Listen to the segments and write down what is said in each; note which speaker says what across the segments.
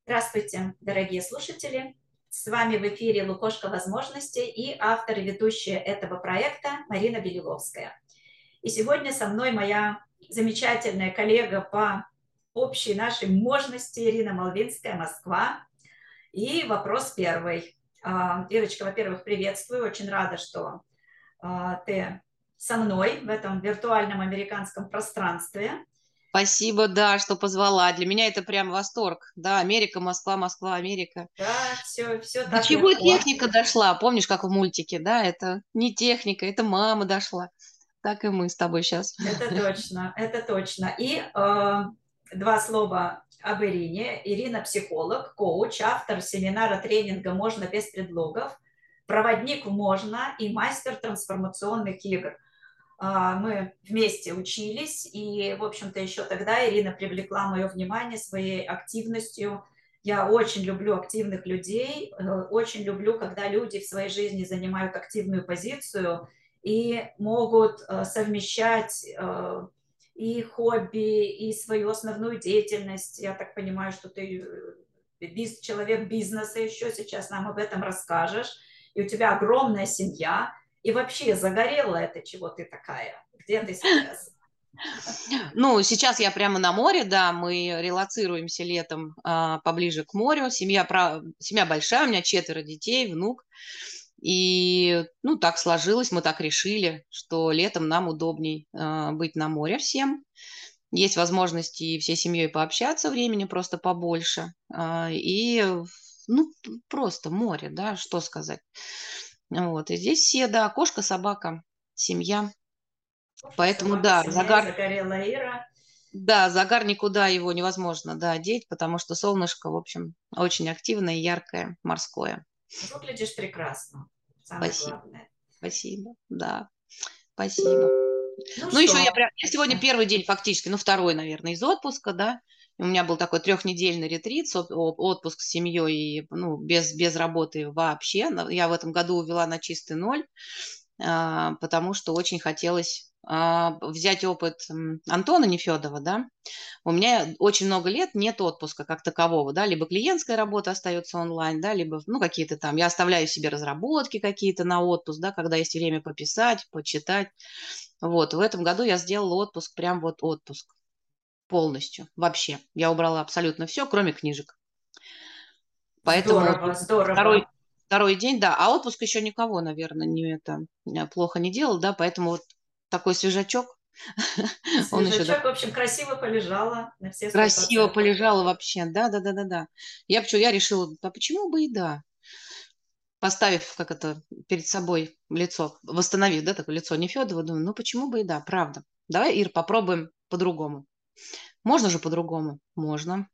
Speaker 1: Здравствуйте, дорогие слушатели! С вами в эфире «Лукошко возможностей» и автор и ведущая этого проекта Марина Белиловская. И сегодня со мной моя замечательная коллега по общей нашей можности Ирина Малвинская, Москва. И вопрос первый. Ирочка, во-первых, приветствую, очень рада, что ты со мной в этом виртуальном американском пространстве.
Speaker 2: Спасибо, да, что позвала. Для меня это прям восторг. Да, Америка, Москва, Москва, Америка.
Speaker 1: Да, все
Speaker 2: До
Speaker 1: так
Speaker 2: чего
Speaker 1: легко.
Speaker 2: техника дошла? Помнишь, как в мультике, да? Это не техника, это мама дошла. Так и мы с тобой сейчас.
Speaker 1: Это точно, это точно. И два слова об Ирине. Ирина психолог, коуч, автор семинара тренинга «Можно без предлогов», проводник в «Можно» и мастер трансформационных игр. Мы вместе учились, и, в общем-то, еще тогда Ирина привлекла мое внимание своей активностью. Я очень люблю активных людей, очень люблю, когда люди в своей жизни занимают активную позицию и могут совмещать и хобби, и свою основную деятельность. Я так понимаю, что ты человек бизнеса еще, сейчас нам об этом расскажешь. И у тебя огромная семья. И вообще, загорела это, чего ты такая? Где ты сейчас?
Speaker 2: Ну, сейчас я прямо на море, да, мы релоцируемся летом поближе к морю. Семья большая, у меня 4 детей, внук. И, ну, так сложилось, мы так решили, что летом нам удобней быть на море всем. Есть возможности и всей семьей пообщаться, времени просто побольше. Ну, просто море, да, что сказать. Вот, и здесь все, да, кошка, собака, семья.
Speaker 1: Кошка,
Speaker 2: Поэтому,
Speaker 1: собака,
Speaker 2: да,
Speaker 1: семья и загорела Ира.
Speaker 2: загар никуда его невозможно, да, деть, потому что солнышко, в общем, очень активное, яркое, морское.
Speaker 1: Выглядишь прекрасно. Самое
Speaker 2: Спасибо,
Speaker 1: главное.
Speaker 2: спасибо, да, спасибо.
Speaker 1: Ну
Speaker 2: Ну, еще
Speaker 1: что,
Speaker 2: я сегодня первый день фактически, ну, второй, наверное, из отпуска, да. У меня был такой 3-недельный ретрит, отпуск с семьей, и, ну, без работы вообще. Я в этом году увела на чистый ноль, потому что очень хотелось взять опыт Антона Нефедова, да. У меня очень много лет нет отпуска как такового, да, либо клиентская работа остается онлайн, да, либо, ну, какие-то там, я оставляю себе разработки какие-то на отпуск, да, когда есть время пописать, почитать. Вот, в этом году я сделала отпуск, прям вот отпуск полностью, вообще. Я убрала абсолютно все, кроме книжек. Поэтому
Speaker 1: здорово,
Speaker 2: второй,
Speaker 1: здорово.
Speaker 2: второй день, да, а отпуск еще никого, наверное, плохо не делал, да, поэтому вот такой свежачок, он еще
Speaker 1: Свежачок, в общем, красиво полежала на все сто
Speaker 2: красиво
Speaker 1: процентов.
Speaker 2: полежал вообще, да. Я решила, а почему бы и да, поставив, как это, перед собой лицо, восстановив, да, такое лицо Нефедова, думаю, ну почему бы и да, правда. Давай, Ир, попробуем по-другому. Можно же по-другому? Можно.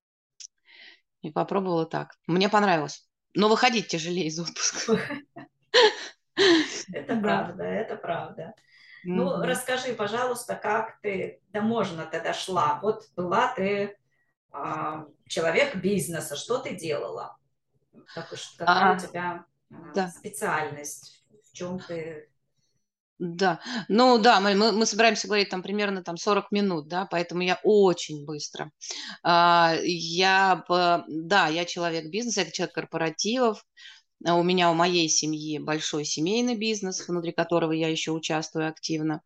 Speaker 2: И попробовала так. Мне понравилось. Но выходить тяжелее из отпуска.
Speaker 1: Это
Speaker 2: Да.
Speaker 1: правда, это правда. Ну,
Speaker 2: Мгм.
Speaker 1: расскажи, пожалуйста, как ты до можно-то дошла? Вот была ты человек бизнеса, что ты делала? Какая у
Speaker 2: А,
Speaker 1: тебя
Speaker 2: да.
Speaker 1: специальность? В чем ты?
Speaker 2: Да, ну да, мы собираемся говорить там примерно там 40 минут, да, поэтому я очень быстро. Да, я человек бизнеса, я человек корпоративов. У меня, у моей семьи большой семейный бизнес, внутри которого я еще участвую активно.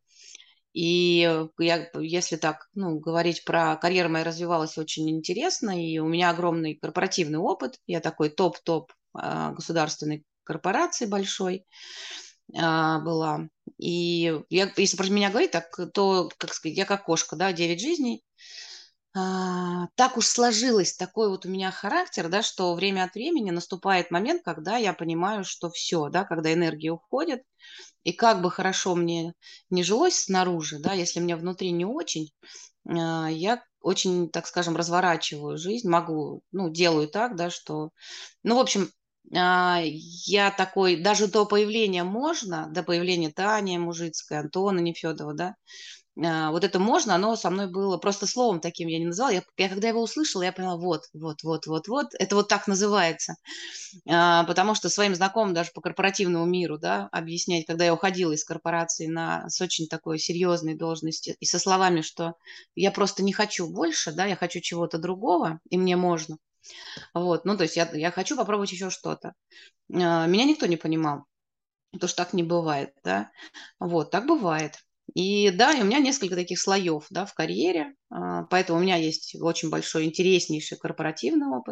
Speaker 2: Если так, ну, говорить про карьеру, моя развивалась очень интересно, и у меня огромный корпоративный опыт. Я такой топ-топ государственной корпорации большой была. Если про меня говорить, то, как сказать, я как кошка, да, 9 жизней. Так уж сложилось, такой вот у меня характер, да, что время от времени наступает момент, когда я понимаю, что все, да, когда энергия уходит, и как бы хорошо мне не жилось снаружи, да, если мне внутри не очень, я очень, так скажем, разворачиваю жизнь, могу, ну, делаю так, да, что, ну, в общем, я такой, даже до появления до появления Тани Мужицкой, Антона Нефедова, да, вот это можно, оно со мной было просто словом таким я не называла. Я когда его услышала, я поняла, вот, это вот так называется. Потому что своим знакомым даже по корпоративному миру, да, объяснять, когда я уходила из корпорации с очень такой серьезной должности и со словами, что я просто не хочу больше, да, я хочу чего-то другого, и мне можно. Вот, ну, то есть я хочу попробовать еще что-то. Меня никто не понимал, потому что так не бывает, да. Вот, так бывает. И да, и у меня несколько таких слоев, да, в карьере, поэтому у меня есть очень большой, интереснейший корпоративный опыт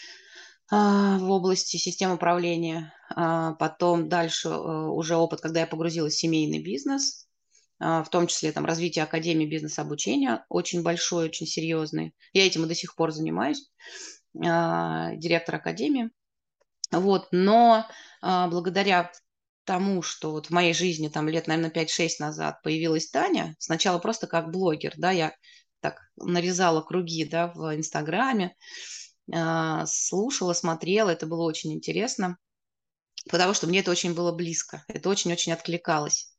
Speaker 2: в области систем управления. Потом дальше уже опыт, когда я погрузилась в семейный бизнес, в том числе там развитие академии бизнес-обучения, очень большой, очень серьезный. Я этим и до сих пор занимаюсь, директор академии. Вот, но благодаря тому, что вот в моей жизни там лет, наверное, 5-6 назад появилась Таня, сначала просто как блогер, да, я так нарезала круги, да, в Инстаграме, слушала, смотрела, это было очень интересно, потому что мне это очень было близко, это очень-очень откликалось.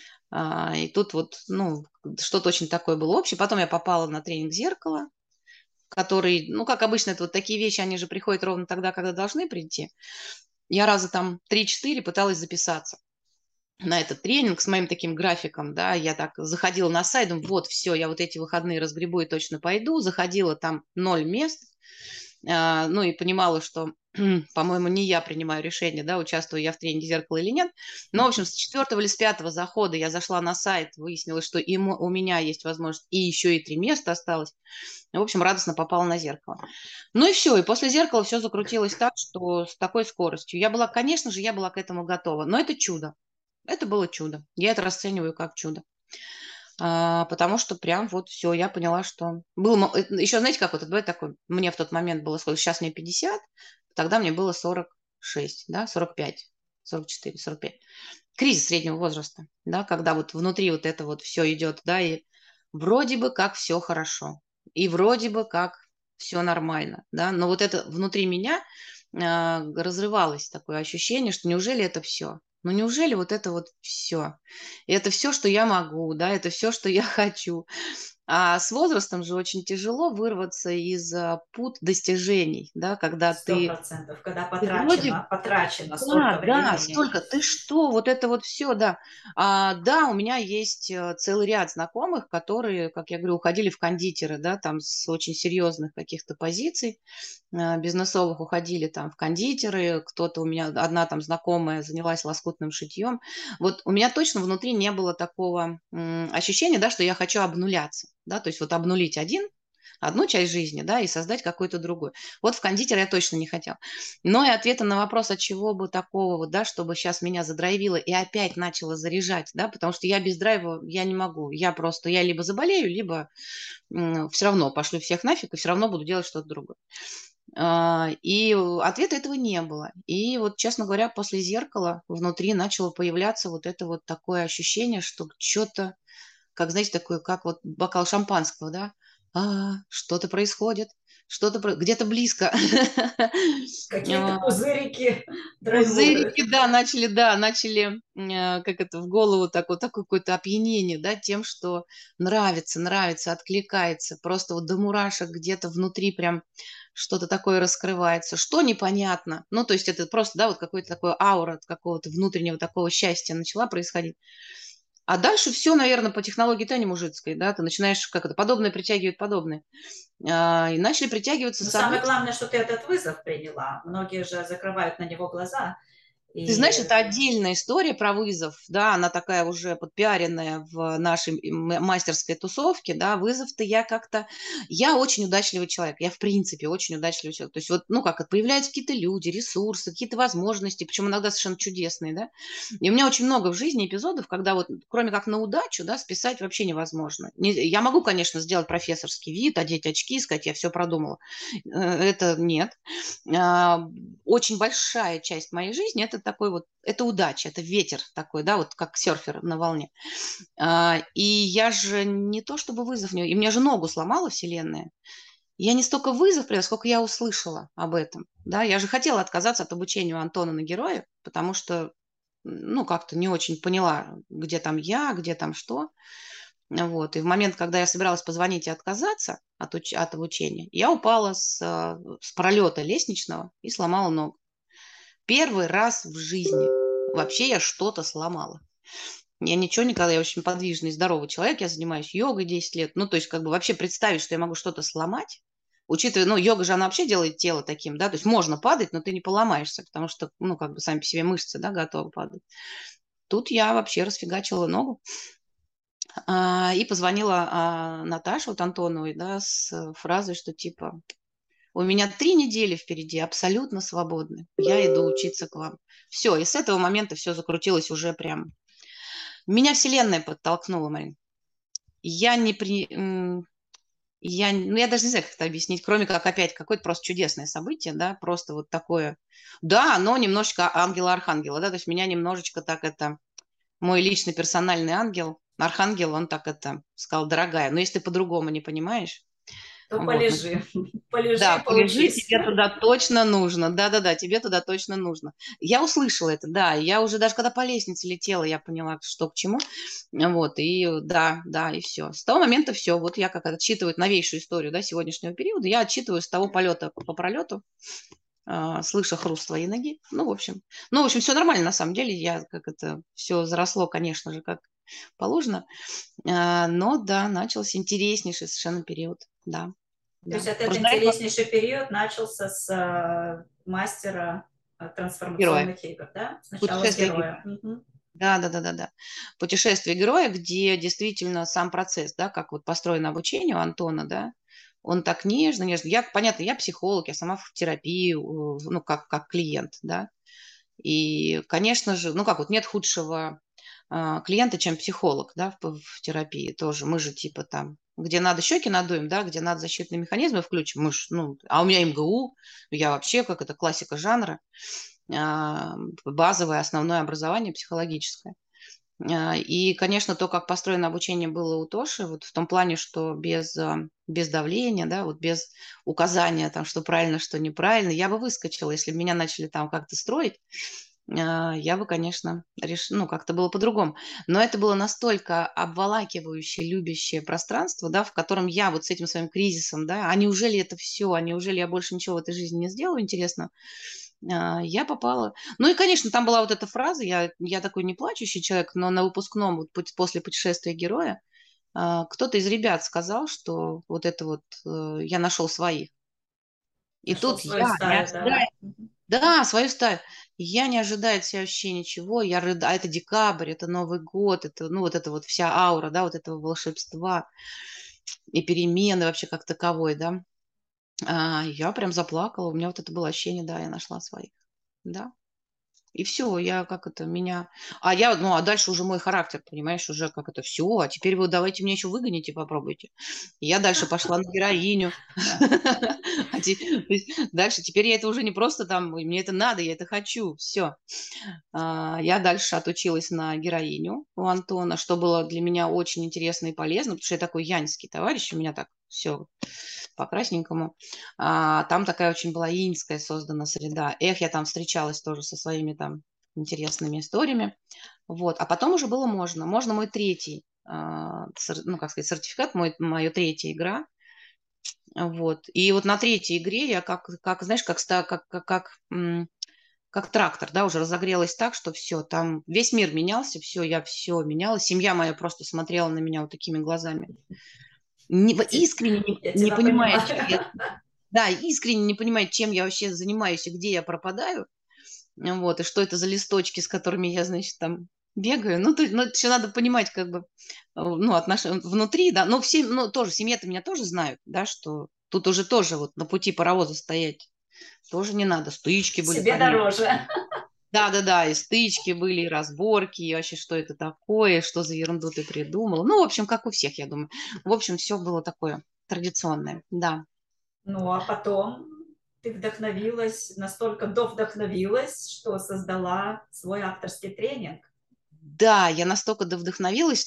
Speaker 2: И тут вот, ну, что-то очень такое было общее. Потом я попала на тренинг «Зеркало», который, ну, как обычно, это вот такие вещи, они же приходят ровно тогда, когда должны прийти. Я раза там 3-4 пыталась записаться на этот тренинг с моим таким графиком, да, я так заходила на сайт, думаю, вот, все, я вот эти выходные разгребу и точно пойду, заходила, там 0 мест, ну и понимала, что, по-моему, не я принимаю решение, да, участвую я в тренинге «Зеркало» или нет, но, в общем, с 4-го или с 5-го захода я зашла на сайт, выяснилось, что у меня есть возможность, и еще и 3 места осталось, в общем, радостно попала на «Зеркало». Ну и все, и после «Зеркала» все закрутилось так, что с такой скоростью. Я была, конечно же, я была к этому готова, но это чудо. Это было чудо. Я это расцениваю как чудо. Потому что прям вот все, я поняла, что было... Еще знаете, как вот это бывает такое? Мне в тот момент было сколько? Сейчас мне 50, тогда мне было 46, да, 45, 44, 45. Кризис среднего возраста, да, когда вот внутри вот это вот все идет, да, и вроде бы как все хорошо, и вроде бы как все нормально, да, но вот это внутри меня разрывалось такое ощущение, что неужели это все? Ну неужели вот это вот все? Это все, что я могу, да, это все, что я хочу. А с возрастом же очень тяжело вырваться из пут достижений, да, когда
Speaker 1: Сто
Speaker 2: ты,
Speaker 1: процентов, когда
Speaker 2: ты вроде
Speaker 1: потрачено
Speaker 2: да,
Speaker 1: столько
Speaker 2: да,
Speaker 1: времени.
Speaker 2: столько. Ты что? Вот это вот все, да. Да, у меня есть целый ряд знакомых, которые, как я говорю, уходили в кондитеры, да, там с очень серьезных каких-то позиций бизнесовых уходили там в кондитеры, кто-то у меня, одна там знакомая занялась лоскутным шитьем. Вот у меня точно внутри не было такого ощущения, да, что я хочу обнуляться, да, то есть вот обнулить одну часть жизни, да, и создать какой-то другой. Вот в кондитер я точно не хотела. Но и ответа на вопрос, от чего бы такого вот, да, чтобы сейчас меня задрайвило и опять начала заряжать, да, потому что я без драйва, я не могу. Я либо заболею, либо все равно пошлю всех нафиг и все равно буду делать что-то другое. И ответа этого не было. И вот, честно говоря, после «Зеркала» внутри начало появляться вот это вот такое ощущение, что что-то, как, знаете, такое, как вот бокал шампанского, да? Что-то происходит, где-то близко.
Speaker 1: Какие-то пузырики драйвуют.
Speaker 2: Пузырики, да, начали, как это, в голову так вот такое какое-то опьянение, да, тем, что нравится, откликается. Просто вот до мурашек где-то внутри прям что-то такое раскрывается. Что непонятно. Ну, то есть это просто, да, вот какой-то такой аура от какого-то внутреннего такого счастья начала происходить. А дальше все, наверное, по технологии Тани Мужицкой, да, ты начинаешь, как это, подобное притягивает подобное. И начали притягиваться
Speaker 1: Но самое
Speaker 2: события.
Speaker 1: главное, что ты этот вызов приняла. Многие же закрывают на него глаза.
Speaker 2: Ты знаешь,
Speaker 1: И
Speaker 2: это отдельная история про вызов, да, она такая уже подпиаренная в нашей мастерской тусовке, да, вызов-то я очень удачливый человек, я в принципе очень удачливый человек, то есть вот, ну как, появляются какие-то люди, ресурсы, какие-то возможности, причем иногда совершенно чудесные, да, и у меня очень много в жизни эпизодов, когда вот, кроме как на удачу, да, списать вообще невозможно. Я могу, конечно, сделать профессорский вид, одеть очки, сказать, я все продумала, это нет, а, очень большая часть моей жизни это такой вот, это удача, это ветер такой, да, вот как серфер на волне. И я же не то чтобы вызов, и мне же ногу сломала Вселенная. Я не столько вызов привела, сколько я услышала об этом. Да, я же хотела отказаться от обучения у Антона на героя, потому что, ну, как-то не очень поняла, где там я, где там что. Вот. И в момент, когда я собиралась позвонить и отказаться от обучения, я упала с пролета лестничного и сломала ногу. Первый раз в жизни вообще я что-то сломала. Я ничего никогда, я очень подвижный, здоровый человек, я занимаюсь йогой 10 лет. Ну, то есть, как бы вообще представить, что я могу что-то сломать, учитывая, ну, йога же, она вообще делает тело таким, да, то есть можно падать, но ты не поломаешься, потому что, ну, как бы сами по себе мышцы, да, готовы падать. Тут я вообще расфигачила ногу и позвонила Наташе вот Антоновой, да, с фразой, что типа у меня 3 недели впереди абсолютно свободны, я иду учиться к вам. Все, и с этого момента все закрутилось уже прям. Меня вселенная подтолкнула, Марин. Я не при... ну, я даже не знаю, как это объяснить, кроме как опять какое-то просто чудесное событие, да, просто вот такое. Да, оно немножечко ангела-архангела, да, то есть меня немножечко так это, мой личный персональный ангел, архангел, он так это сказал, дорогая, но если ты по-другому не понимаешь,
Speaker 1: То
Speaker 2: вот,
Speaker 1: полежи, полежи
Speaker 2: да,
Speaker 1: и
Speaker 2: полежи,
Speaker 1: поучись.
Speaker 2: тебе туда точно нужно. Да-да-да, тебе туда точно нужно. Я услышала это, да. Я уже даже когда по лестнице летела, я поняла, что к чему. Вот, и да, да, и все. С того момента все. Вот я как отчитываю новейшую историю, да, сегодняшнего периода, я отчитываю с того полета по пролету, слыша хруст твоей ноги. Ну, в общем, все нормально на самом деле. Я как это, все заросло, конечно же, как положено. Но да, начался интереснейший совершенно период, да.
Speaker 1: То есть
Speaker 2: Да.
Speaker 1: этот
Speaker 2: Просто до этого
Speaker 1: интереснейший период начался с мастера
Speaker 2: героя.
Speaker 1: трансформационных игр, да? Сначала с
Speaker 2: Путешествие
Speaker 1: героя.
Speaker 2: героя.
Speaker 1: Мгм.
Speaker 2: Да, да, да, да, да. Путешествие героя, где действительно сам процесс, да, как вот построено обучение у Антона, да, он так нежно, нежно. Я, понятно, я психолог, я сама в терапии, ну, как клиент, да. И, конечно же, ну, как вот нет худшего клиента, чем психолог, да, в терапии тоже. Мы же типа там, где надо щеки надуем, да, где надо защитные механизмы включим, мы ж, ну, а у меня МГУ, я вообще, как это, классика жанра, а, базовое основное образование психологическое. И, конечно, то, как построено обучение было у Тоши, вот в том плане, что без давления, да, вот без указания, там, что правильно, что неправильно, я бы выскочила, если бы меня начали там как-то строить, я бы, конечно, ну, как-то было по-другому. Но это было настолько обволакивающее, любящее пространство, да, в котором я вот с этим своим кризисом, да, а неужели это все, а неужели я больше ничего в этой жизни не сделаю интересно, я попала. Ну и, конечно, там была вот эта фраза, я такой не плачущий человек, но на выпускном, вот после путешествия героя, кто-то из ребят сказал, что вот это вот я нашел своих. И
Speaker 1: Нашел
Speaker 2: тут
Speaker 1: свою
Speaker 2: я, не
Speaker 1: стаю,
Speaker 2: ожидая,
Speaker 1: да. Мгм.
Speaker 2: да, свою стаю, я не ожидая от себя вообще ничего, я рыдаю, это декабрь, это Новый год, это, ну, вот это вот вся аура, да, вот этого волшебства и перемены вообще как таковой, да. Я прям заплакала, у меня вот это было ощущение, да, я нашла своих, да. И все, я как это, меня ну, а дальше уже мой характер, понимаешь, уже как это: все, а теперь вы давайте меня еще выгоните, попробуйте. И я дальше пошла на героиню. То есть дальше теперь я это уже не просто там, мне это надо, я это хочу, все. Я дальше отучилась на героиню у Антона, что было для меня очень интересно и полезно, потому что я такой яньский товарищ, у меня так все по-красненькому. Там такая очень была иньская создана среда. Эх, я там встречалась тоже со своими там интересными историями. Вот. А потом уже было можно. Можно мой третий, ну, как сказать, сертификат, моя третья игра. Вот. И вот на третьей игре я как знаешь, как трактор, да, уже разогрелась так, что все, там весь мир менялся, все, я все меняла. Семья моя просто смотрела на меня вот такими глазами.
Speaker 1: Я, те-
Speaker 2: Искренне
Speaker 1: я
Speaker 2: не
Speaker 1: тебя
Speaker 2: понимая,
Speaker 1: понимаю.
Speaker 2: чем я, да, искренне не понимая, чем я вообще занимаюсь и где я пропадаю. Вот, и что это за листочки, с которыми я, значит, там бегаю. Ну, это еще надо понимать, как бы, ну, отношения внутри, да. Но все, ну, тоже, семья-то меня тоже знают, да, что тут уже тоже вот на пути паровоза стоять тоже не надо. Стычки были,
Speaker 1: Себе
Speaker 2: конечно.
Speaker 1: дороже.
Speaker 2: Да-да-да, и стычки были, и разборки, и вообще, что это такое, что за ерунду ты придумала. Ну, в общем, как у всех, я думаю. В общем, все было такое традиционное, да.
Speaker 1: Ну, а потом ты вдохновилась, настолько довдохновилась, что создала свой авторский тренинг.
Speaker 2: Да, я настолько вдохновилась.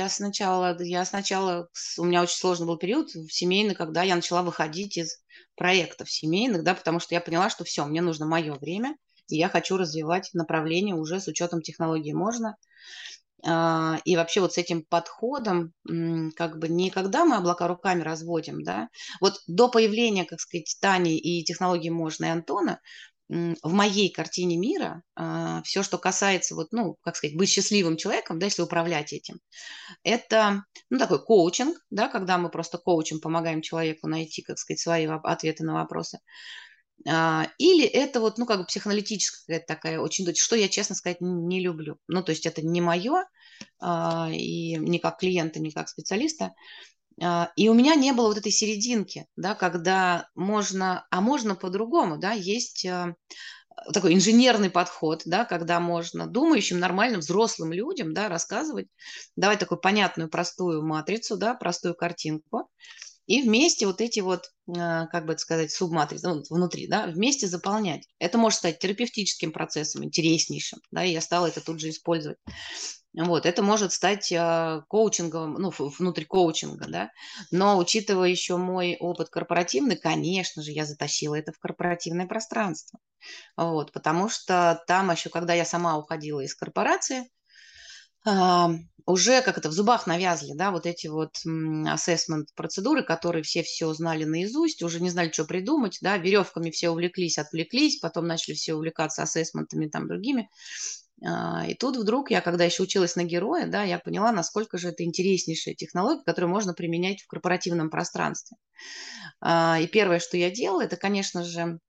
Speaker 2: У меня очень сложный был период семейный, когда я начала выходить из проектов семейных, да, потому что я поняла, что все, мне нужно мое время, и я хочу развивать направление уже с учетом технологий можно. И вообще вот с этим подходом, как бы не когда мы облака руками разводим, да, вот до появления, как сказать, Тани и технологий можно и Антона, в моей картине мира все, что касается, вот, ну, как сказать, быть счастливым человеком, да, если управлять этим, это, ну, такой коучинг, да, когда мы просто коучем помогаем человеку найти, как сказать, свои ответы на вопросы. Или это вот, ну, как бы психоаналитическая какая-то такая очень, что я, честно сказать, не люблю. Ну, то есть это не мое, и ни как клиента, ни как специалиста. И у меня не было вот этой серединки, да, когда можно, а можно по-другому, да, есть такой инженерный подход, да, когда можно думающим, нормальным, взрослым людям, да, рассказывать, давать такую понятную, простую матрицу, да, простую картинку, и вместе вот эти вот, как бы это сказать, субматрицы, ну, внутри, да, вместе заполнять. Это может стать терапевтическим процессом, интереснейшим, да, и я стала это тут же использовать. Вот, это может стать коучингом, ну, внутри коучинга, да, но учитывая еще мой опыт корпоративный, конечно же, я затащила это в корпоративное пространство. Вот, потому что там еще, когда я сама уходила из корпорации, а, уже как это в зубах навязли, да, вот эти вот ассессмент процедуры, которые все знали наизусть, уже не знали, что придумать, да, веревками все увлеклись, отвлеклись, потом начали все увлекаться ассессментами там другими. И тут вдруг я, когда еще училась на героя, да, я поняла, насколько же это интереснейшая технология, которую можно применять в корпоративном пространстве. И первое, что я делала, это, конечно же,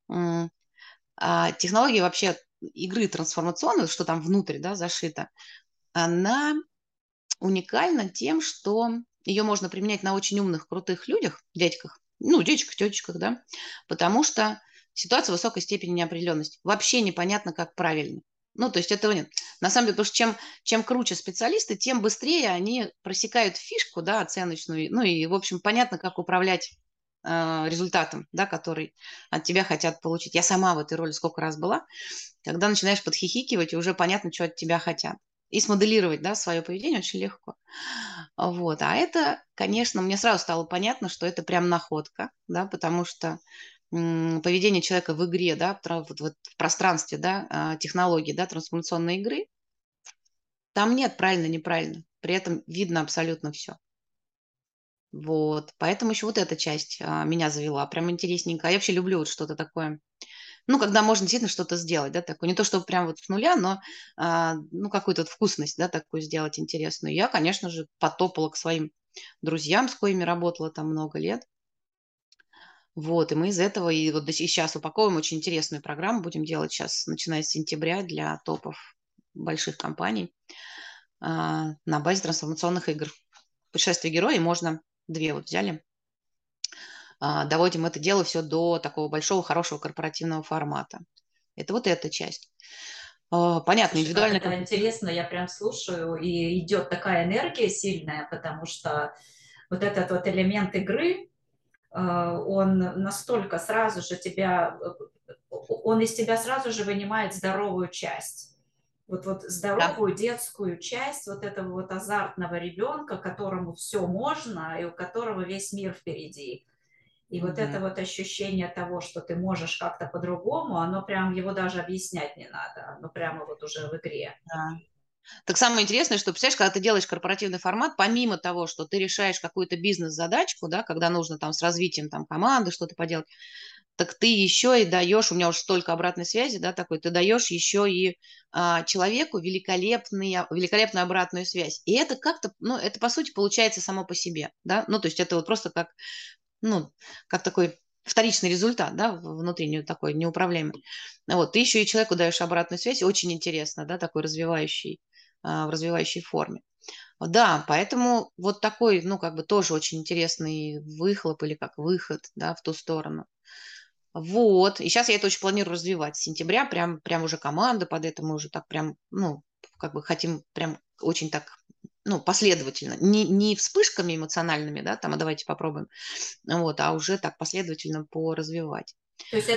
Speaker 2: технология вообще игры трансформационной, что там внутрь, да, зашито, она уникальна тем, что ее можно применять на очень умных, крутых людях, дядьках, ну, дядечках, тетечках, да, потому что ситуация высокой степени неопределенности. Вообще непонятно, как правильно. Ну, то есть этого нет. На самом деле, потому что чем круче специалисты, тем быстрее они просекают фишку, да, оценочную. Ну, и, в общем, понятно, как управлять результатом, да, который от тебя хотят получить. Я сама в этой роли сколько раз была, когда начинаешь подхихикивать, и уже понятно, что от тебя хотят. И смоделировать, да, свое поведение очень легко. Вот. А это, конечно, мне сразу стало понятно, что это прям находка, да, потому что поведение человека в игре, да, вот в пространстве, да, технологии, да, трансформационной игры, там нет правильно-неправильно. При этом видно абсолютно все. Вот. Поэтому еще вот эта часть меня завела. Прям интересненько. А я вообще люблю вот что-то такое. Ну, когда можно действительно что-то сделать, да, такое. Не то, чтобы прям вот с нуля, но, ну, какую-то вот вкусность, да, такую сделать интересную. Я, конечно же, потопала к своим друзьям, с коими работала там много лет. Вот, и мы из этого, и вот и сейчас упаковываем очень интересную программу, будем делать сейчас, начиная с сентября, для топов больших компаний на базе трансформационных игр. Путешествие героя можно 2 вот взяли. Доводим это дело все до такого большого, хорошего корпоративного формата. Это вот эта часть. Понятно,
Speaker 1: Слушай, как
Speaker 2: индивидуальный
Speaker 1: это
Speaker 2: консультант.
Speaker 1: интересно, я прям слушаю, и идет такая энергия сильная, потому что вот этот вот элемент игры, он настолько сразу же тебя, он из тебя сразу же вынимает здоровую часть. Вот
Speaker 2: Да,
Speaker 1: здоровую детскую часть вот этого вот азартного ребенка, которому все можно, и у которого весь мир впереди. И вот это
Speaker 2: мгм,
Speaker 1: вот ощущение того, что ты можешь как-то по-другому, оно прям, его даже объяснять не надо, оно прямо вот уже в игре.
Speaker 2: да. Так самое интересное, что, представляешь, когда ты делаешь корпоративный формат, помимо того, что ты решаешь какую-то бизнес-задачку, да, когда нужно там с развитием там команды что-то поделать, так ты еще и даешь, у меня уже столько обратной связи, да, такой, ты даешь еще и человеку великолепную обратную связь. И это как-то, ну, это по сути получается само по себе, да, ну, то есть это вот просто как, ну, как такой вторичный результат, да, внутри такой неуправляемый. Вот, ты еще и человеку даешь обратную связь, очень интересно, да, такой развивающий, в развивающей форме. Да, поэтому вот такой, ну, как бы тоже очень интересный выхлоп или как выход, да, в ту сторону. Вот, и сейчас я это очень планирую развивать. С сентября прям уже команда под это, мы уже так прям, ну, как бы хотим прям очень так, ну, последовательно, не вспышками эмоциональными, да, там, а давайте попробуем, вот, а уже так последовательно поразвивать.
Speaker 1: То есть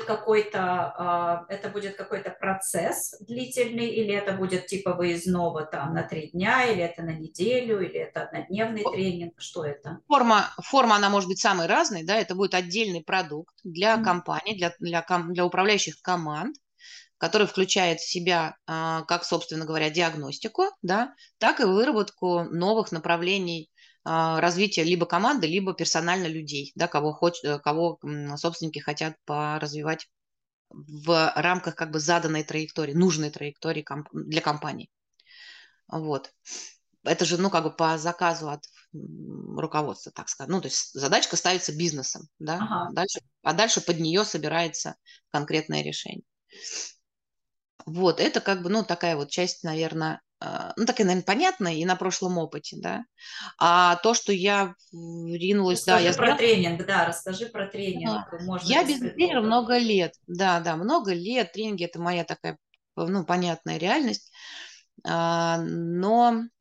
Speaker 1: это будет какой-то процесс длительный, или это будет типа выездного там на 3 дня, или это на неделю, или это однодневный тренинг, что это?
Speaker 2: Форма, она может быть самой разной, да, это будет отдельный продукт для
Speaker 1: Мгм.
Speaker 2: компаний, для управляющих команд, который включает в себя, как, собственно говоря, диагностику, да, так и выработку новых направлений развития либо команды, либо персонально людей, да, кого собственники хотят поразвивать в рамках как бы заданной траектории, нужной траектории для компании. Вот. Это же, ну, как бы по заказу от руководства, так сказать. Ну, то есть задачка ставится бизнесом, да,
Speaker 1: Ага,
Speaker 2: а дальше под нее собирается конкретное решение. Вот, это как бы, ну, такая вот часть, наверное, ну, такая, наверное, понятная и на прошлом опыте, да. А то, что я ринулась, да,
Speaker 1: расскажи
Speaker 2: я
Speaker 1: про
Speaker 2: сделала.
Speaker 1: тренинг, да, расскажи про
Speaker 2: Да.
Speaker 1: тренинг, можно
Speaker 2: Я
Speaker 1: без
Speaker 2: бизнес-тренер
Speaker 1: предлогов.
Speaker 2: много лет, да, много лет. Тренинги – это моя такая, ну, понятная реальность. Но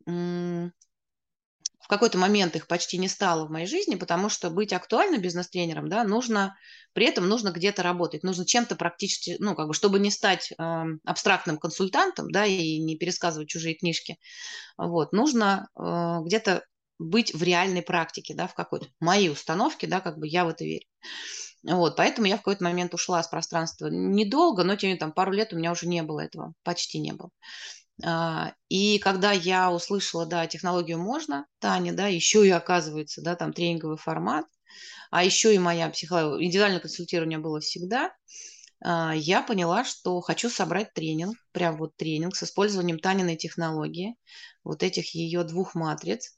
Speaker 2: в какой-то момент их почти не стало в моей жизни, потому что быть актуальным бизнес-тренером, да, нужно, при этом нужно где-то работать, нужно чем-то практически, ну, как бы, чтобы не стать абстрактным консультантом, да, и не пересказывать чужие книжки, вот, нужно где-то быть в реальной практике, да, в какой-то моей установке, да, как бы я в это верю. Вот, поэтому я в какой-то момент ушла с пространства недолго, но тем не менее, там пару лет у меня уже не было этого, почти не было. И когда я услышала, да, технологию можно, Таня, да, еще и оказывается, да, там тренинговый формат, а еще и моя индивидуальное консультирование было всегда, я поняла, что хочу собрать тренинг, прям вот тренинг с использованием Таниной технологии, вот этих ее 2 матриц.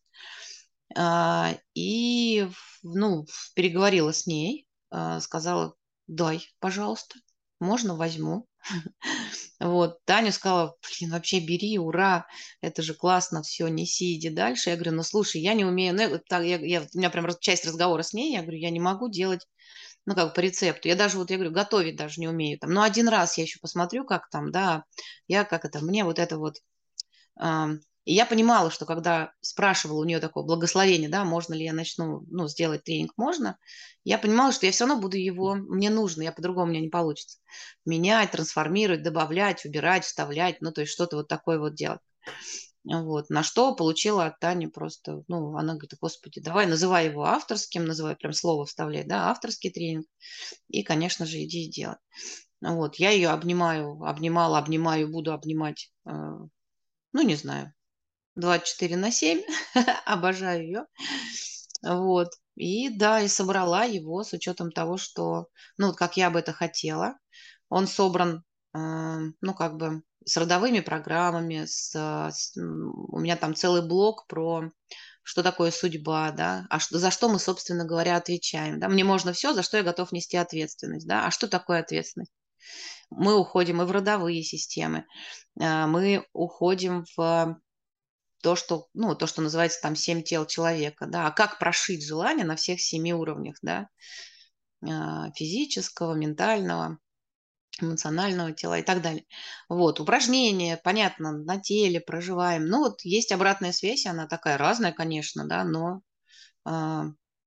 Speaker 2: И, ну, переговорила с ней, сказала, дай, пожалуйста, можно возьму. Вот, Таня сказала, блин, вообще бери, ура, это же классно, все, неси, иди дальше. Я говорю, ну, слушай, я не умею, ну, у меня прям часть разговора с ней, я говорю, я не могу делать, ну, как бы по рецепту. Я даже, вот, я говорю, готовить даже не умею. Там, ну, один раз я еще посмотрю, как там, да, я как это, мне вот это вот и я понимала, что когда спрашивала у нее такое благословение, да, можно ли я начну, ну, сделать тренинг, можно, я понимала, что я все равно буду его, мне нужно, я по-другому у меня не получится. Менять, трансформировать, добавлять, убирать, вставлять, ну, то есть что-то вот такое вот делать. Вот. На что получила от Тани просто, ну, она говорит, господи, давай называй его авторским, называй прям слово вставлять, да, авторский тренинг, и, конечно же, иди и делай. Вот. Я ее обнимаю, буду обнимать, ну, не знаю, 24/7, обожаю ее. Вот. И да, и собрала его с учетом того, что, ну, вот как я бы это хотела. Он собран, ну, как бы с родовыми программами, у меня там целый блок про что такое судьба, да, за что мы, собственно говоря, отвечаем, да. Мне можно все, за что я готов нести ответственность, да. А что такое ответственность? Мы уходим и в родовые системы, мы уходим в то, что называется там 7 тел человека, да. А как прошить желание на всех 7 уровнях, да, физического, ментального, эмоционального тела и так далее. Вот, упражнения, понятно, на теле проживаем. Ну, вот есть обратная связь, она такая разная, конечно, да, но а,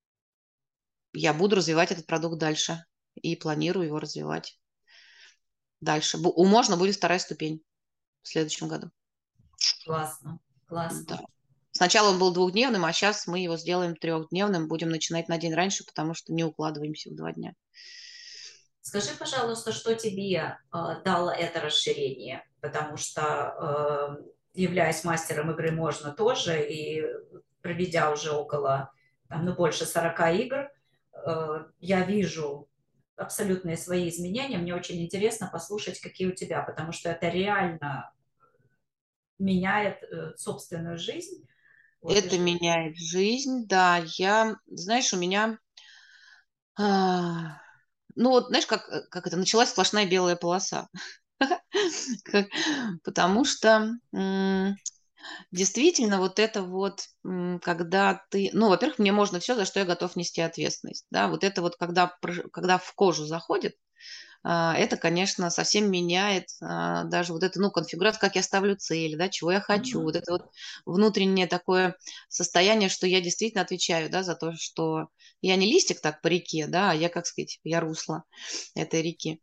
Speaker 2: я буду развивать этот продукт дальше и планирую его развивать дальше. Можно будет 2 ступень в следующем году.
Speaker 1: Классно,
Speaker 2: Да.
Speaker 1: классно.
Speaker 2: Сначала он был 2-дневным, а сейчас мы его сделаем 3-дневным. Будем начинать на день раньше, потому что не укладываемся в 2 дня.
Speaker 1: Скажи, пожалуйста, что тебе дало это расширение? Потому что, являясь мастером игры можно тоже, и проведя уже около, там, ну, больше 40 игр, я вижу абсолютные свои изменения. Мне очень интересно послушать, какие у тебя, потому что это реально меняет собственную жизнь. Вот,
Speaker 2: Это меняет жизнь, да. Знаешь, у меня, ну вот, знаешь, как это, началась сплошная белая полоса. Как- Потому что действительно вот это вот, когда ты, ну, во-первых, мне можно все, за что я готов нести ответственность, да, вот это вот, когда в кожу заходит, это, конечно, совсем меняет даже вот эту, ну, конфигурацию, как я ставлю цели, да, чего я хочу.
Speaker 1: Мгм.
Speaker 2: Вот это вот внутреннее такое состояние, что я действительно отвечаю, да, за то, что я не листик так по реке, да, а я, как сказать, я русло этой реки.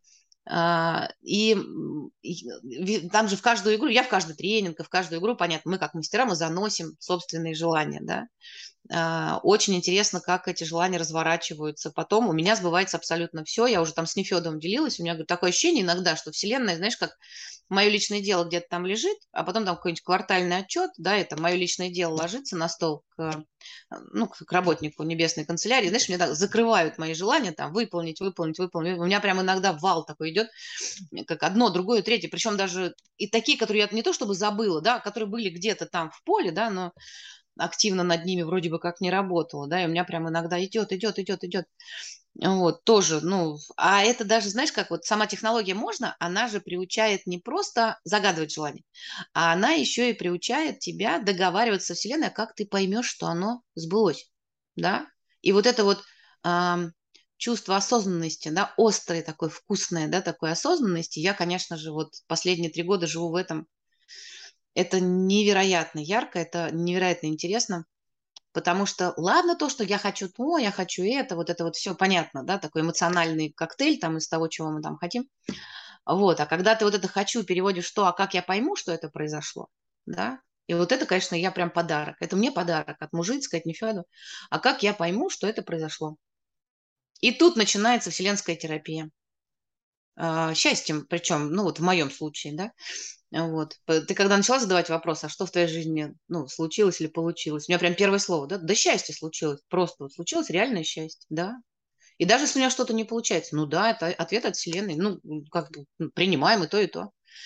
Speaker 2: Там же в каждую игру, я в каждый тренинг, и в каждую игру, понятно, мы как мастера, мы заносим собственные желания, да. Очень интересно, как эти желания разворачиваются. Потом у меня сбывается абсолютно все. Я уже там с Нефедовым делилась. У меня, говорю, такое ощущение иногда, что Вселенная, знаешь, как мое личное дело где-то там лежит, а потом там какой-нибудь квартальный отчет, да, это мое личное дело ложится на стол ну, к работнику небесной канцелярии. Знаешь, мне так закрывают мои желания там выполнить, выполнить, выполнить. У меня прям иногда вал такой идет, как одно, другое, третье. Причем даже и такие, которые я не то чтобы забыла, да, которые были где-то там в поле, да, но активно над ними вроде бы как не работала, да, и у меня прям иногда идет, идет, идет, идет. Вот, тоже, ну, а это даже, знаешь, как вот сама технология можно, она же приучает не просто загадывать желание, а она еще и приучает тебя договариваться со Вселенной, как ты поймешь, что оно сбылось, да. И вот это вот чувство осознанности, да, острое такое, вкусное, да, такой осознанности, я, конечно же, вот последние 3 года живу в этом. Это невероятно ярко, это невероятно интересно. Потому что ладно то, что я хочу то, я хочу это вот все понятно, да, такой эмоциональный коктейль там из того, чего мы там хотим. Вот, а когда ты вот это «хочу» переводишь что, а как я пойму, что это произошло, да, и вот это, конечно, я прям подарок. Это мне подарок от Мужицкой, от Нефёдова. А как я пойму, что это произошло? И тут начинается вселенская терапия. Счастьем, причем, ну вот в моем случае, да. Вот. Ты когда начала задавать вопрос, а что в твоей жизни, ну, случилось или получилось? У меня прям первое слово, да? Да счастье случилось. Просто вот случилось реальное счастье, да. И даже если у меня что-то не получается, ну да, это ответ от Вселенной. Ну, как бы принимаем и то,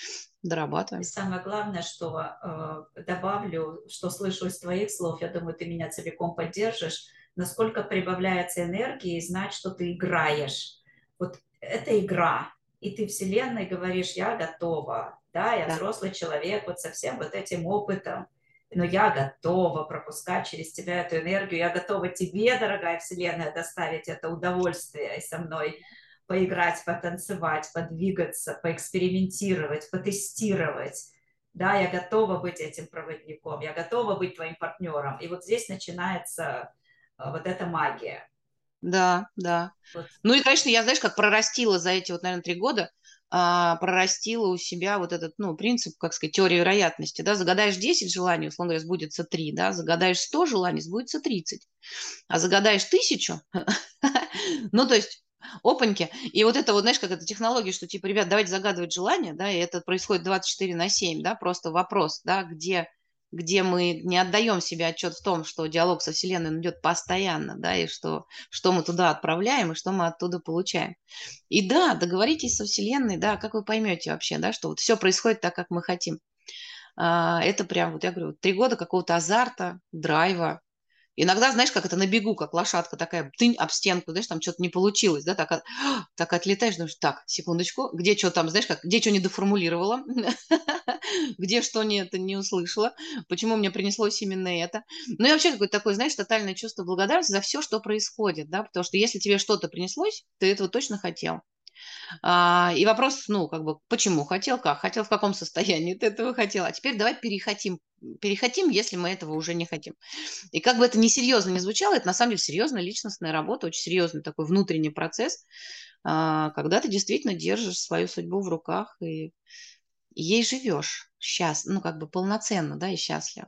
Speaker 1: И
Speaker 2: дорабатываем.
Speaker 1: самое главное, что добавлю, что слышу из твоих слов, я думаю, ты меня целиком поддержишь, насколько прибавляется энергии знать, что ты играешь. Вот это игра. И ты Вселенной говоришь, я готова, да, я
Speaker 2: Да,
Speaker 1: взрослый человек, вот со всем вот этим опытом, но я готова пропускать через тебя эту энергию, я готова тебе, дорогая Вселенная, доставить это удовольствие и со мной поиграть, потанцевать, подвигаться, поэкспериментировать, потестировать. Да, я готова быть этим проводником, я готова быть твоим партнером. И вот здесь начинается вот эта магия.
Speaker 2: да, да.
Speaker 1: Вот.
Speaker 2: Ну и, конечно, я, знаешь, как прорастила за эти вот, наверное, 3 года, прорастила у себя вот этот, ну, принцип, как сказать, теория вероятности, да, загадаешь 10 желаний, условно говоря, сбудется 3, да, загадаешь 100 желаний, сбудется 30, а загадаешь 1000, ну, то есть, опаньки. И вот это вот, знаешь, как эта технология, что типа, ребят, давайте загадывать желание, да, и это происходит 24/7, да, просто вопрос, да, где мы не отдаем себе отчет в том, что диалог со Вселенной идет постоянно, да, и что мы туда отправляем, и что мы оттуда получаем. И да, договоритесь со Вселенной, да, как вы поймете вообще, да, что вот все происходит так, как мы хотим. Это прям, вот я говорю, 3 года какого-то азарта, драйва, иногда, знаешь, как это на бегу, как лошадка такая, тынь об стенку, знаешь, там что-то не получилось, да, так, так отлетаешь, думаешь, так, секундочку, где что там, знаешь, как, где что не доформулировала, где что не это не услышала, почему мне принеслось именно это. Ну и вообще какое-то такое, знаешь, тотальное чувство благодарности за все, что происходит, да, потому что если тебе что-то принеслось, ты этого точно хотел. И вопрос, ну, как бы, почему хотел, как хотел, в каком состоянии ты этого хотел, а теперь давай перехотим, если мы этого уже не хотим. И как бы это несерьезно не звучало, это на самом деле серьезная личностная работа, очень серьезный такой внутренний процесс, когда ты действительно держишь свою судьбу в руках и ей живешь ну, как бы полноценно, да, и счастливо.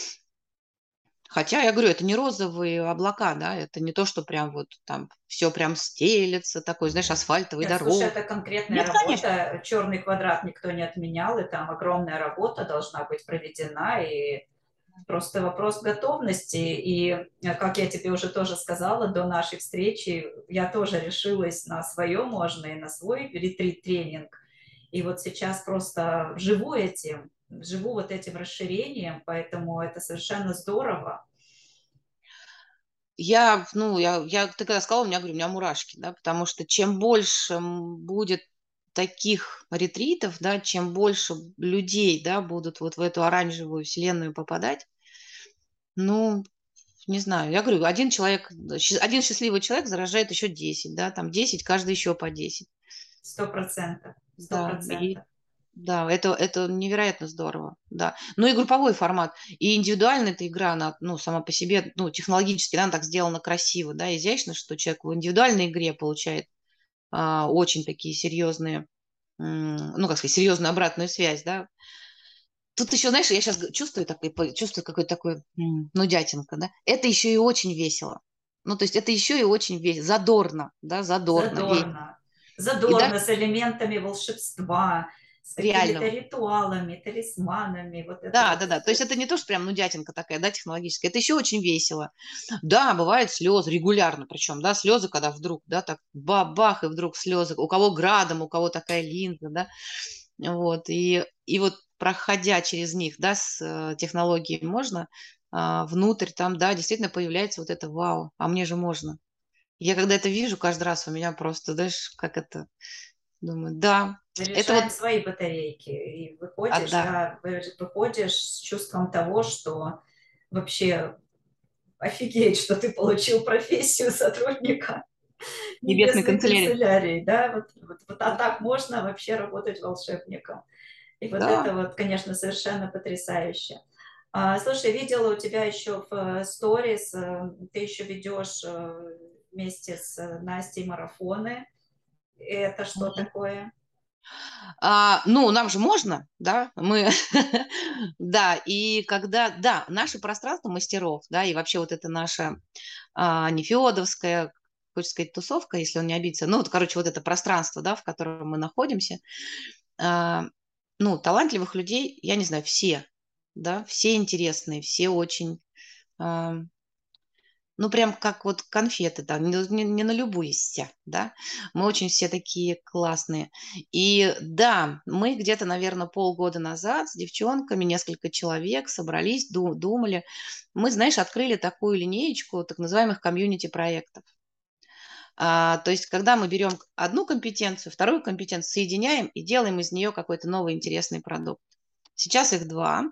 Speaker 2: Хотя, я говорю, это не розовые облака, да, это не то, что прям вот там все прям стелется, такой, знаешь, асфальтовой
Speaker 1: Нет, слушай,
Speaker 2: дорог.
Speaker 1: это конкретная
Speaker 2: Нет, конечно.
Speaker 1: работа. Черный квадрат никто не отменял, и там огромная работа должна быть проведена, и просто вопрос готовности. И, как я тебе уже тоже сказала до нашей встречи, я тоже решилась на свое, можно и на свой ретрит-тренинг. И вот сейчас просто живу вот этим расширением, поэтому это совершенно здорово.
Speaker 2: Ты когда сказала, у меня мурашки, да, потому что чем больше будет таких ретритов, да, чем больше людей, да, будут вот в эту оранжевую вселенную попадать, ну, не знаю, я говорю, один счастливый человек заражает еще 10, да, там 10, каждый еще по 10.
Speaker 1: 100%. Сто
Speaker 2: Да, и
Speaker 1: процентов.
Speaker 2: да, это невероятно здорово, да. Ну и групповой формат, и индивидуальная эта игра, она, ну, сама по себе, ну, технологически, да, она так сделана красиво, да, изящно, что человек в индивидуальной игре получает очень такие серьезные, ну, как сказать, серьезную обратную связь, да. тут еще, знаешь, я сейчас чувствую, чувствую какой-то такой, нудятинка, да. Это еще и очень весело. Ну, то есть это еще и очень весело, задорно, да, задорно, весело.
Speaker 1: Задорно.
Speaker 2: И даже
Speaker 1: Задорно, с элементами волшебства, с какими-то
Speaker 2: реального.
Speaker 1: ритуалами, талисманами, вот это
Speaker 2: Да,
Speaker 1: вот
Speaker 2: да, да. То есть
Speaker 1: все.
Speaker 2: это не то, что прям нудятинка такая, да, технологическая. Это еще очень весело. Да, бывают слезы, регулярно причем, да, слезы, когда вдруг, да, так бах, и вдруг слезы. У кого градом, у кого такая линза, да. Вот, и вот проходя через них, да, с технологией можно внутрь, там, да, действительно появляется вот это вау, а мне же можно. Я когда это вижу, каждый раз у меня просто, знаешь, как это, думаю, да, это
Speaker 1: Заряжаем
Speaker 2: вот,
Speaker 1: свои батарейки и выходишь,
Speaker 2: да,
Speaker 1: да, выходишь с чувством того, что вообще офигеть, что ты получил профессию сотрудника
Speaker 2: небесной
Speaker 1: небесной
Speaker 2: канцелярии.
Speaker 1: канцелярии, да, а так можно вообще работать волшебником. И вот
Speaker 2: Да.
Speaker 1: это вот, конечно, совершенно потрясающе. Слушай, видела у тебя еще в сторис, ты еще ведешь вместе с Настей марафоны. Это что такое?
Speaker 2: Ну, нам же можно, да, мы, да, и когда, да, наше пространство мастеров, да, и вообще вот это наша нефедовская, хочется сказать, тусовка, если он не обидится, ну, вот, короче, вот это пространство, да, в котором мы находимся, а, ну, талантливых людей, я не знаю, все, да, все интересные, все очень, а, ну, прям как вот конфеты, да, не налюбуешься, да. Мы очень все такие классные. И да, мы где-то, наверное, полгода назад с девчонками, несколько человек собрались, думали. Мы, знаешь, открыли такую линеечку так называемых комьюнити-проектов. То есть, когда мы берем одну компетенцию, вторую компетенцию, соединяем и делаем из нее какой-то новый интересный продукт. Сейчас их два,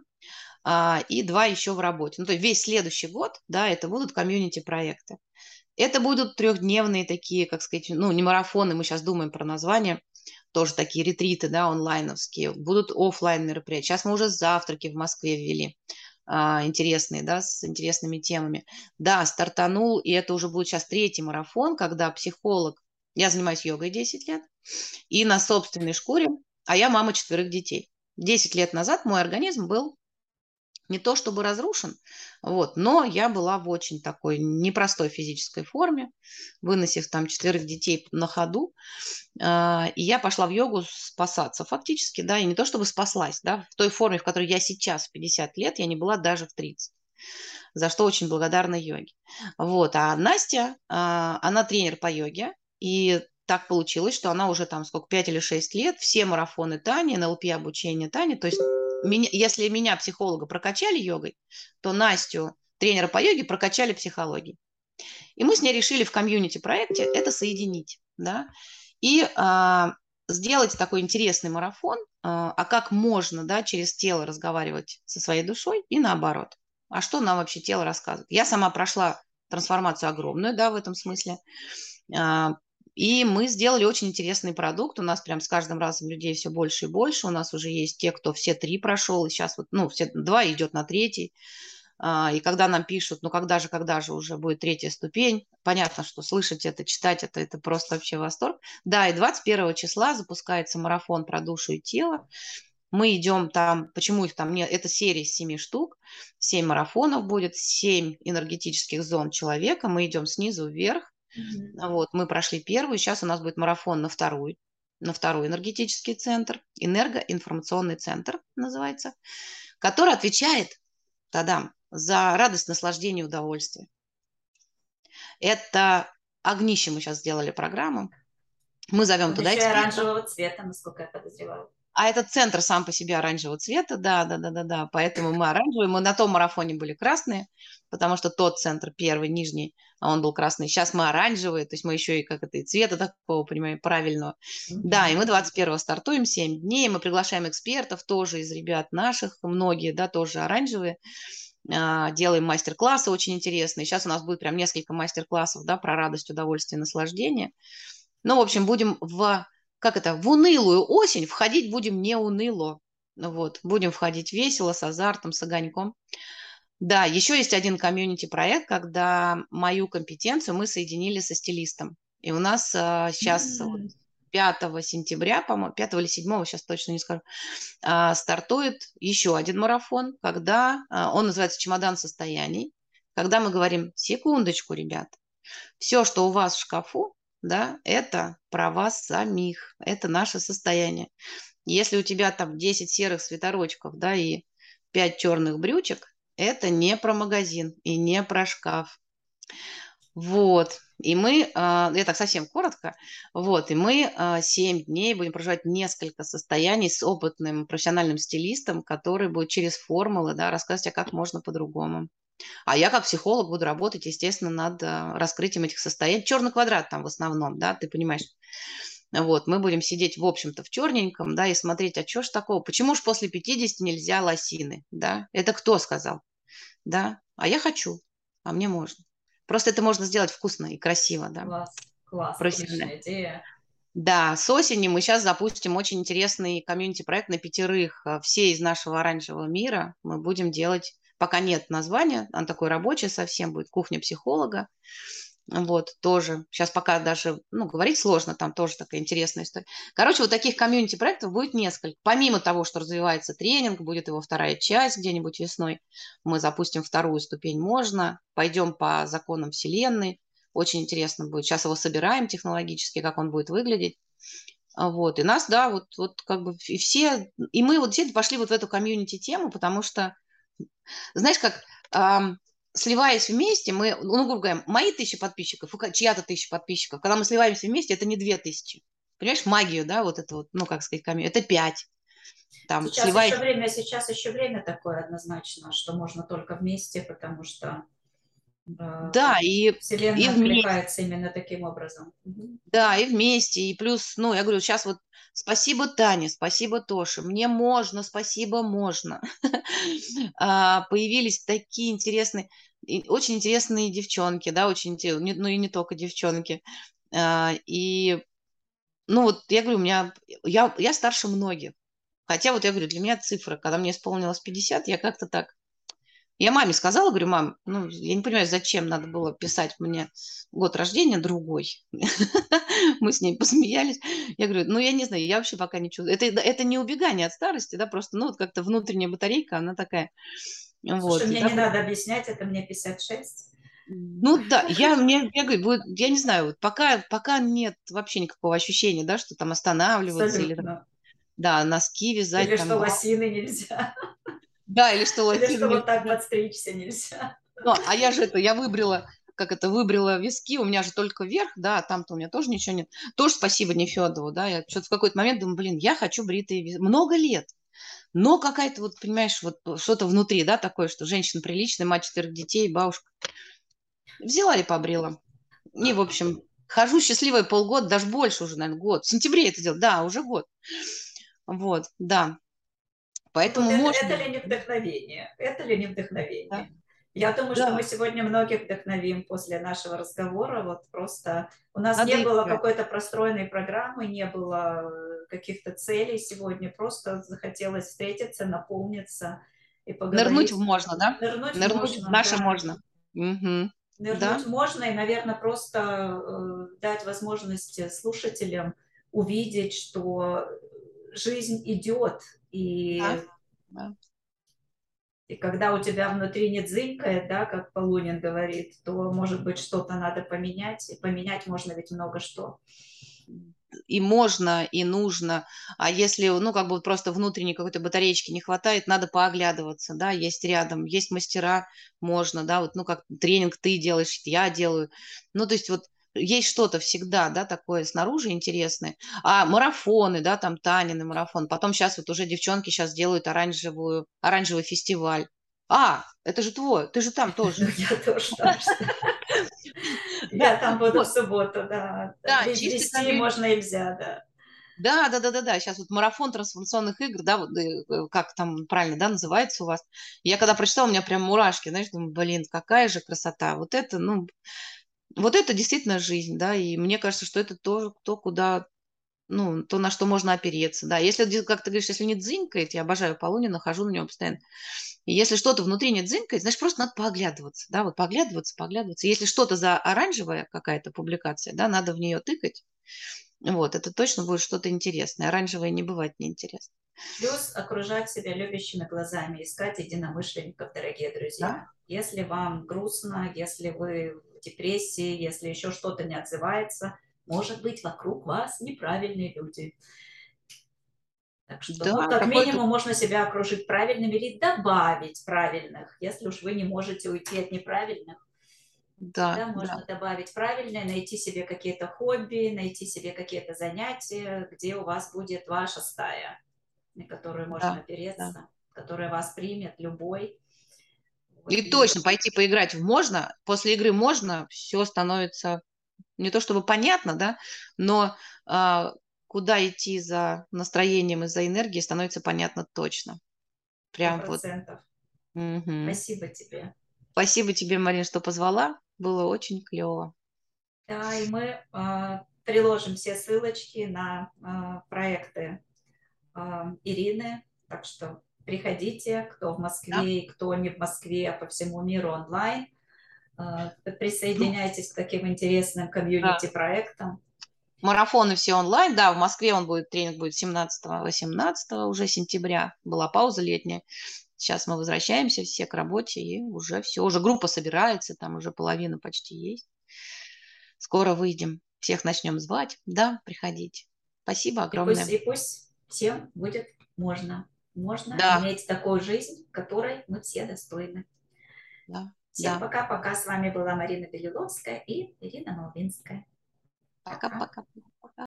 Speaker 2: и два еще в работе. Ну, то есть весь следующий год, да, это будут комьюнити-проекты. Это будут трехдневные такие, как сказать, ну, не марафоны, мы сейчас думаем про название, тоже такие ретриты, да, онлайновские. Будут оффлайн мероприятия. Сейчас мы уже завтраки в Москве ввели, интересные, да, с интересными темами. Да, стартанул, и это уже будет сейчас третий марафон, когда психолог, я занимаюсь йогой 10 лет, и на собственной шкуре, а я мама 4 детей. 10 лет назад мой организм был не то чтобы разрушен, вот, но я была в очень такой непростой физической форме, выносив там 4 детей на ходу, и я пошла в йогу спасаться фактически, да, и не то чтобы спаслась, да, в той форме, в которой я сейчас в 50 лет, я не была даже в 30, за что очень благодарна йоге. Вот, а Настя, она тренер по йоге, и так получилось, что она уже там сколько, 5 или 6 лет, все марафоны Тани, НЛП обучение Тани, то есть если меня, психолога, прокачали йогой, то Настю, тренера по йоге, прокачали психологией. И мы с ней решили в комьюнити-проекте это соединить, да, и сделать такой интересный марафон, как можно, да, через тело разговаривать со своей душой и наоборот. А что нам вообще тело рассказывает? Я сама прошла трансформацию огромную, да, в этом смысле. А, И мы сделали очень интересный продукт. У нас прям с каждым разом людей все больше и больше. У нас уже есть те, кто все 3 прошел, и сейчас вот, ну, все 2 идет на третий. И когда нам пишут, ну когда же уже будет третья ступень, понятно, что слышать это, читать это просто вообще восторг. Да, и 21 числа запускается марафон про душу и тело. Мы идем там, почему их там нет, это серия из 7 штук, 7 марафонов будет, 7 энергетических зон человека, мы идем снизу вверх,
Speaker 1: Мгм.
Speaker 2: вот, мы прошли первую, сейчас у нас будет марафон на второй энергетический центр, энергоинформационный центр называется, который отвечает, тадам, за радость, наслаждение, удовольствие. Это огнище мы сейчас сделали программу. Мы зовем
Speaker 1: Он
Speaker 2: туда
Speaker 1: еще и
Speaker 2: экспертов.
Speaker 1: оранжевого цвета, насколько я подозреваю.
Speaker 2: А этот центр сам по себе оранжевого цвета, да, да, да, да, да. Поэтому мы оранжевые. Мы на том марафоне были красные, потому что тот центр первый, нижний, он был красный. Сейчас мы оранжевые, то есть мы еще и как это и цвета такого, понимаем, правильного. Да, и
Speaker 1: Мгм.
Speaker 2: мы 21-го стартуем, 7 дней. Мы приглашаем экспертов тоже из ребят наших, многие, да, тоже оранжевые. Делаем мастер-классы очень интересные. Сейчас у нас будет прям несколько мастер-классов, да, про радость, удовольствие, наслаждение. Ну, в общем, будем в унылую осень входить будем не уныло. Вот, будем входить весело, с азартом, с огоньком. Да, еще есть один комьюнити-проект, когда мою компетенцию мы соединили со стилистом. И у нас сейчас
Speaker 1: М.
Speaker 2: 5 сентября, по-моему, 5 или 7, сейчас точно не скажу, стартует еще один марафон, когда он называется «Чемодан состояний», когда мы говорим: секундочку, ребят, все, что у вас в шкафу, да, это про вас самих, это наше состояние. Если у тебя там 10 серых свитерочков, да, и 5 черных брючек, это не про магазин и не про шкаф. Вот. И мы, я так совсем коротко, вот, и мы 7 дней будем проживать несколько состояний с опытным профессиональным стилистом, который будет через формулы, да, рассказывать, а как можно по-другому. А я как психолог буду работать, естественно, над раскрытием этих состояний. Черный квадрат там в основном, да, ты понимаешь. Вот, мы будем сидеть, в общем-то, в черненьком, да, и смотреть, а что ж такого? Почему ж после 50 нельзя лосины, да? Это кто сказал, да? А я хочу, а мне можно. Просто это можно сделать вкусно и красиво, да,
Speaker 1: Класс, класс,
Speaker 2: профессионально.
Speaker 1: отличная идея.
Speaker 2: Да, с осени мы сейчас запустим очень интересный комьюнити-проект на 5. Все из нашего оранжевого мира мы будем делать, пока нет названия, он такой рабочий совсем будет, кухня психолога. Вот, тоже. Сейчас пока даже, ну, говорить сложно, там тоже такая интересная история. Короче, вот таких комьюнити-проектов будет несколько. Помимо того, что развивается тренинг, будет его 2 часть где-нибудь весной. Мы запустим 2 ступень «Можно», пойдем по законам Вселенной. Очень интересно будет. Сейчас его собираем технологически, как он будет выглядеть. Вот, и нас, да, вот как бы и все, и мы вот все пошли вот в эту комьюнити-тему, потому что, знаешь, как сливаясь вместе, мы, ну, грубо говоря, мои 1000 подписчиков, чья-то 1000 подписчиков, когда мы сливаемся вместе, это не 2000. Понимаешь, магию, да, вот это вот, ну, как сказать, это 5. Там, сливаясь.
Speaker 1: Сейчас еще время такое однозначно, что можно только вместе, потому что
Speaker 2: Да, и
Speaker 1: Вселенная
Speaker 2: вместе.
Speaker 1: откликается именно таким образом. Мгм.
Speaker 2: Да, и вместе, и плюс, ну, я говорю, сейчас вот спасибо Тане, спасибо Тоше, мне можно, спасибо, можно. Появились такие интересные, очень интересные девчонки, да, очень интересные, ну и не только девчонки. И, ну вот я говорю, я старше многих. Хотя вот я говорю, для меня цифра, когда мне исполнилось 50, я как-то так. Я маме сказала, говорю, мам, ну, я не понимаю, зачем надо было писать мне год рождения другой. Мы с ней посмеялись. Я говорю, ну, я не знаю, я вообще пока не чувствую. Это не убегание от старости, да, просто, ну, вот как-то внутренняя батарейка, она такая.
Speaker 1: Слушай,
Speaker 2: Вот, и
Speaker 1: мне не
Speaker 2: так вот.
Speaker 1: надо объяснять, это мне 56.
Speaker 2: Ну да, я говорю, я не знаю, вот пока нет вообще никакого ощущения, да, что там останавливаться или,
Speaker 1: Абсолютно.
Speaker 2: да, носки вязать
Speaker 1: Или что
Speaker 2: там,
Speaker 1: лосины нельзя.
Speaker 2: да, или что
Speaker 1: Или
Speaker 2: лосины
Speaker 1: что вот так
Speaker 2: нельзя.
Speaker 1: подстричься нельзя.
Speaker 2: Ну, а я же я выбрала виски, у меня же только верх, да, а там-то у меня тоже ничего нет. Тоже спасибо Нефедову, да, я что-то в какой-то момент думаю, блин, я хочу бритые виски. Много лет. Но какая-то вот, понимаешь, вот что-то внутри, да, такое, что женщина приличная, мать 4 детей, бабушка. Взяла и побрила. И, в общем, хожу счастливая полгода, даже больше уже, наверное, год. В сентябре это делала, да, уже год. Вот, да.
Speaker 1: Ну вот
Speaker 2: Поэтому
Speaker 1: это
Speaker 2: можно,
Speaker 1: ли не вдохновение? Это ли не
Speaker 2: да,
Speaker 1: вдохновение? Я думаю, что
Speaker 2: да,
Speaker 1: мы сегодня многих вдохновим после нашего разговора. Вот просто у нас
Speaker 2: надо
Speaker 1: не было
Speaker 2: играть.
Speaker 1: какой-то простроенной программы, не было каких-то целей сегодня. Просто захотелось встретиться, наполниться и
Speaker 2: Нырнуть
Speaker 1: поговорить.
Speaker 2: можно, да?
Speaker 1: Нырнуть
Speaker 2: Нырнуть в
Speaker 1: можно,
Speaker 2: наше
Speaker 1: да.
Speaker 2: можно. Мгм.
Speaker 1: Нырнуть
Speaker 2: Да,
Speaker 1: можно и, наверное, просто дать возможность слушателям увидеть, что жизнь идет,
Speaker 2: да,
Speaker 1: и
Speaker 2: да.
Speaker 1: когда у тебя внутри не дзынькает, да, как Полунин говорит, то, может быть, что-то надо поменять. И поменять можно ведь много что.
Speaker 2: И можно, и нужно. А если, ну, как бы вот просто внутренней какой-то батареечки не хватает, надо пооглядываться, да, есть рядом, есть мастера, можно, да, вот, ну, как тренинг ты делаешь, я делаю. Ну, то есть вот есть что-то всегда, да, такое снаружи интересное. А марафоны, да, там Танины марафон. Потом сейчас вот уже девчонки сейчас делают оранжевый фестиваль. Это же твой, ты же там
Speaker 1: Ну,
Speaker 2: тоже.
Speaker 1: я тоже там, что я
Speaker 2: Да,
Speaker 1: там буду в
Speaker 2: вот,
Speaker 1: субботу, да.
Speaker 2: да, чистый
Speaker 1: Вести
Speaker 2: комьюнити.
Speaker 1: можно нельзя, да.
Speaker 2: Да, да, да, да, да. Сейчас вот марафон трансформационных игр, да, вот, как там правильно, да, называется у вас. Я когда прочитала, у меня прям мурашки, знаешь, думаю, блин, какая же красота. Вот это, ну, вот это действительно жизнь, да, и мне кажется, что это тоже то, куда, ну, то, на что можно опереться, да. Если, как ты говоришь, если не дзынькает, я обожаю Полунина, хожу на него постоянно. И если что-то внутри не дзынькает, значит, просто надо поглядываться, да, вот поглядываться, поглядываться. Если что-то за оранжевая какая-то публикация, да, надо в нее тыкать Вот, это точно будет что-то интересное. Оранжевое не бывает неинтересно.
Speaker 1: Плюс окружать себя любящими глазами, искать единомышленников, дорогие
Speaker 2: Да,
Speaker 1: друзья. Если вам грустно, если вы в депрессии, если еще что-то не отзывается, может быть, вокруг вас неправильные люди. Так что, ну,
Speaker 2: да,
Speaker 1: как
Speaker 2: какой-то,
Speaker 1: минимум, можно себя окружить правильными или добавить правильных. Если уж вы не можете уйти от неправильных,
Speaker 2: да,
Speaker 1: всегда
Speaker 2: да,
Speaker 1: можно добавить правильное, найти себе какие-то хобби, найти себе какие-то занятия, где у вас будет ваша стая, на которую можно
Speaker 2: да, да.
Speaker 1: опереться, которая вас примет, любой. Вот,
Speaker 2: И
Speaker 1: и
Speaker 2: точно пойти поиграть можно, после игры можно, все становится не то чтобы понятно, да, но куда идти за настроением и за энергией становится понятно точно.
Speaker 1: сто
Speaker 2: Прям вот.
Speaker 1: процентов.
Speaker 2: Мгм.
Speaker 1: Спасибо тебе.
Speaker 2: Спасибо тебе, Марин, что позвала. Было очень клево.
Speaker 1: Да, и мы приложим все ссылочки на проекты Ирины. Так что приходите, кто в
Speaker 2: Да?
Speaker 1: Москве и кто не в Москве, а по всему миру онлайн.
Speaker 2: Ну,
Speaker 1: Присоединяйтесь к таким интересным
Speaker 2: да.
Speaker 1: комьюнити-проектам.
Speaker 2: Марафоны все онлайн. Да, в Москве тренинг будет 17-18 уже сентября. Была пауза летняя. Сейчас мы возвращаемся все к работе, и уже все. Уже группа собирается, там уже половина почти есть. Скоро выйдем. Всех начнем звать. Да, приходите. Спасибо огромное.
Speaker 1: И пусть всем будет можно. Можно
Speaker 2: Да,
Speaker 1: иметь такую жизнь, которой мы все достойны.
Speaker 2: да,
Speaker 1: Всем
Speaker 2: да.
Speaker 1: пока-пока. С вами была Марина Белиловская и Ирина Малвинская. Пока.
Speaker 2: Пока-пока.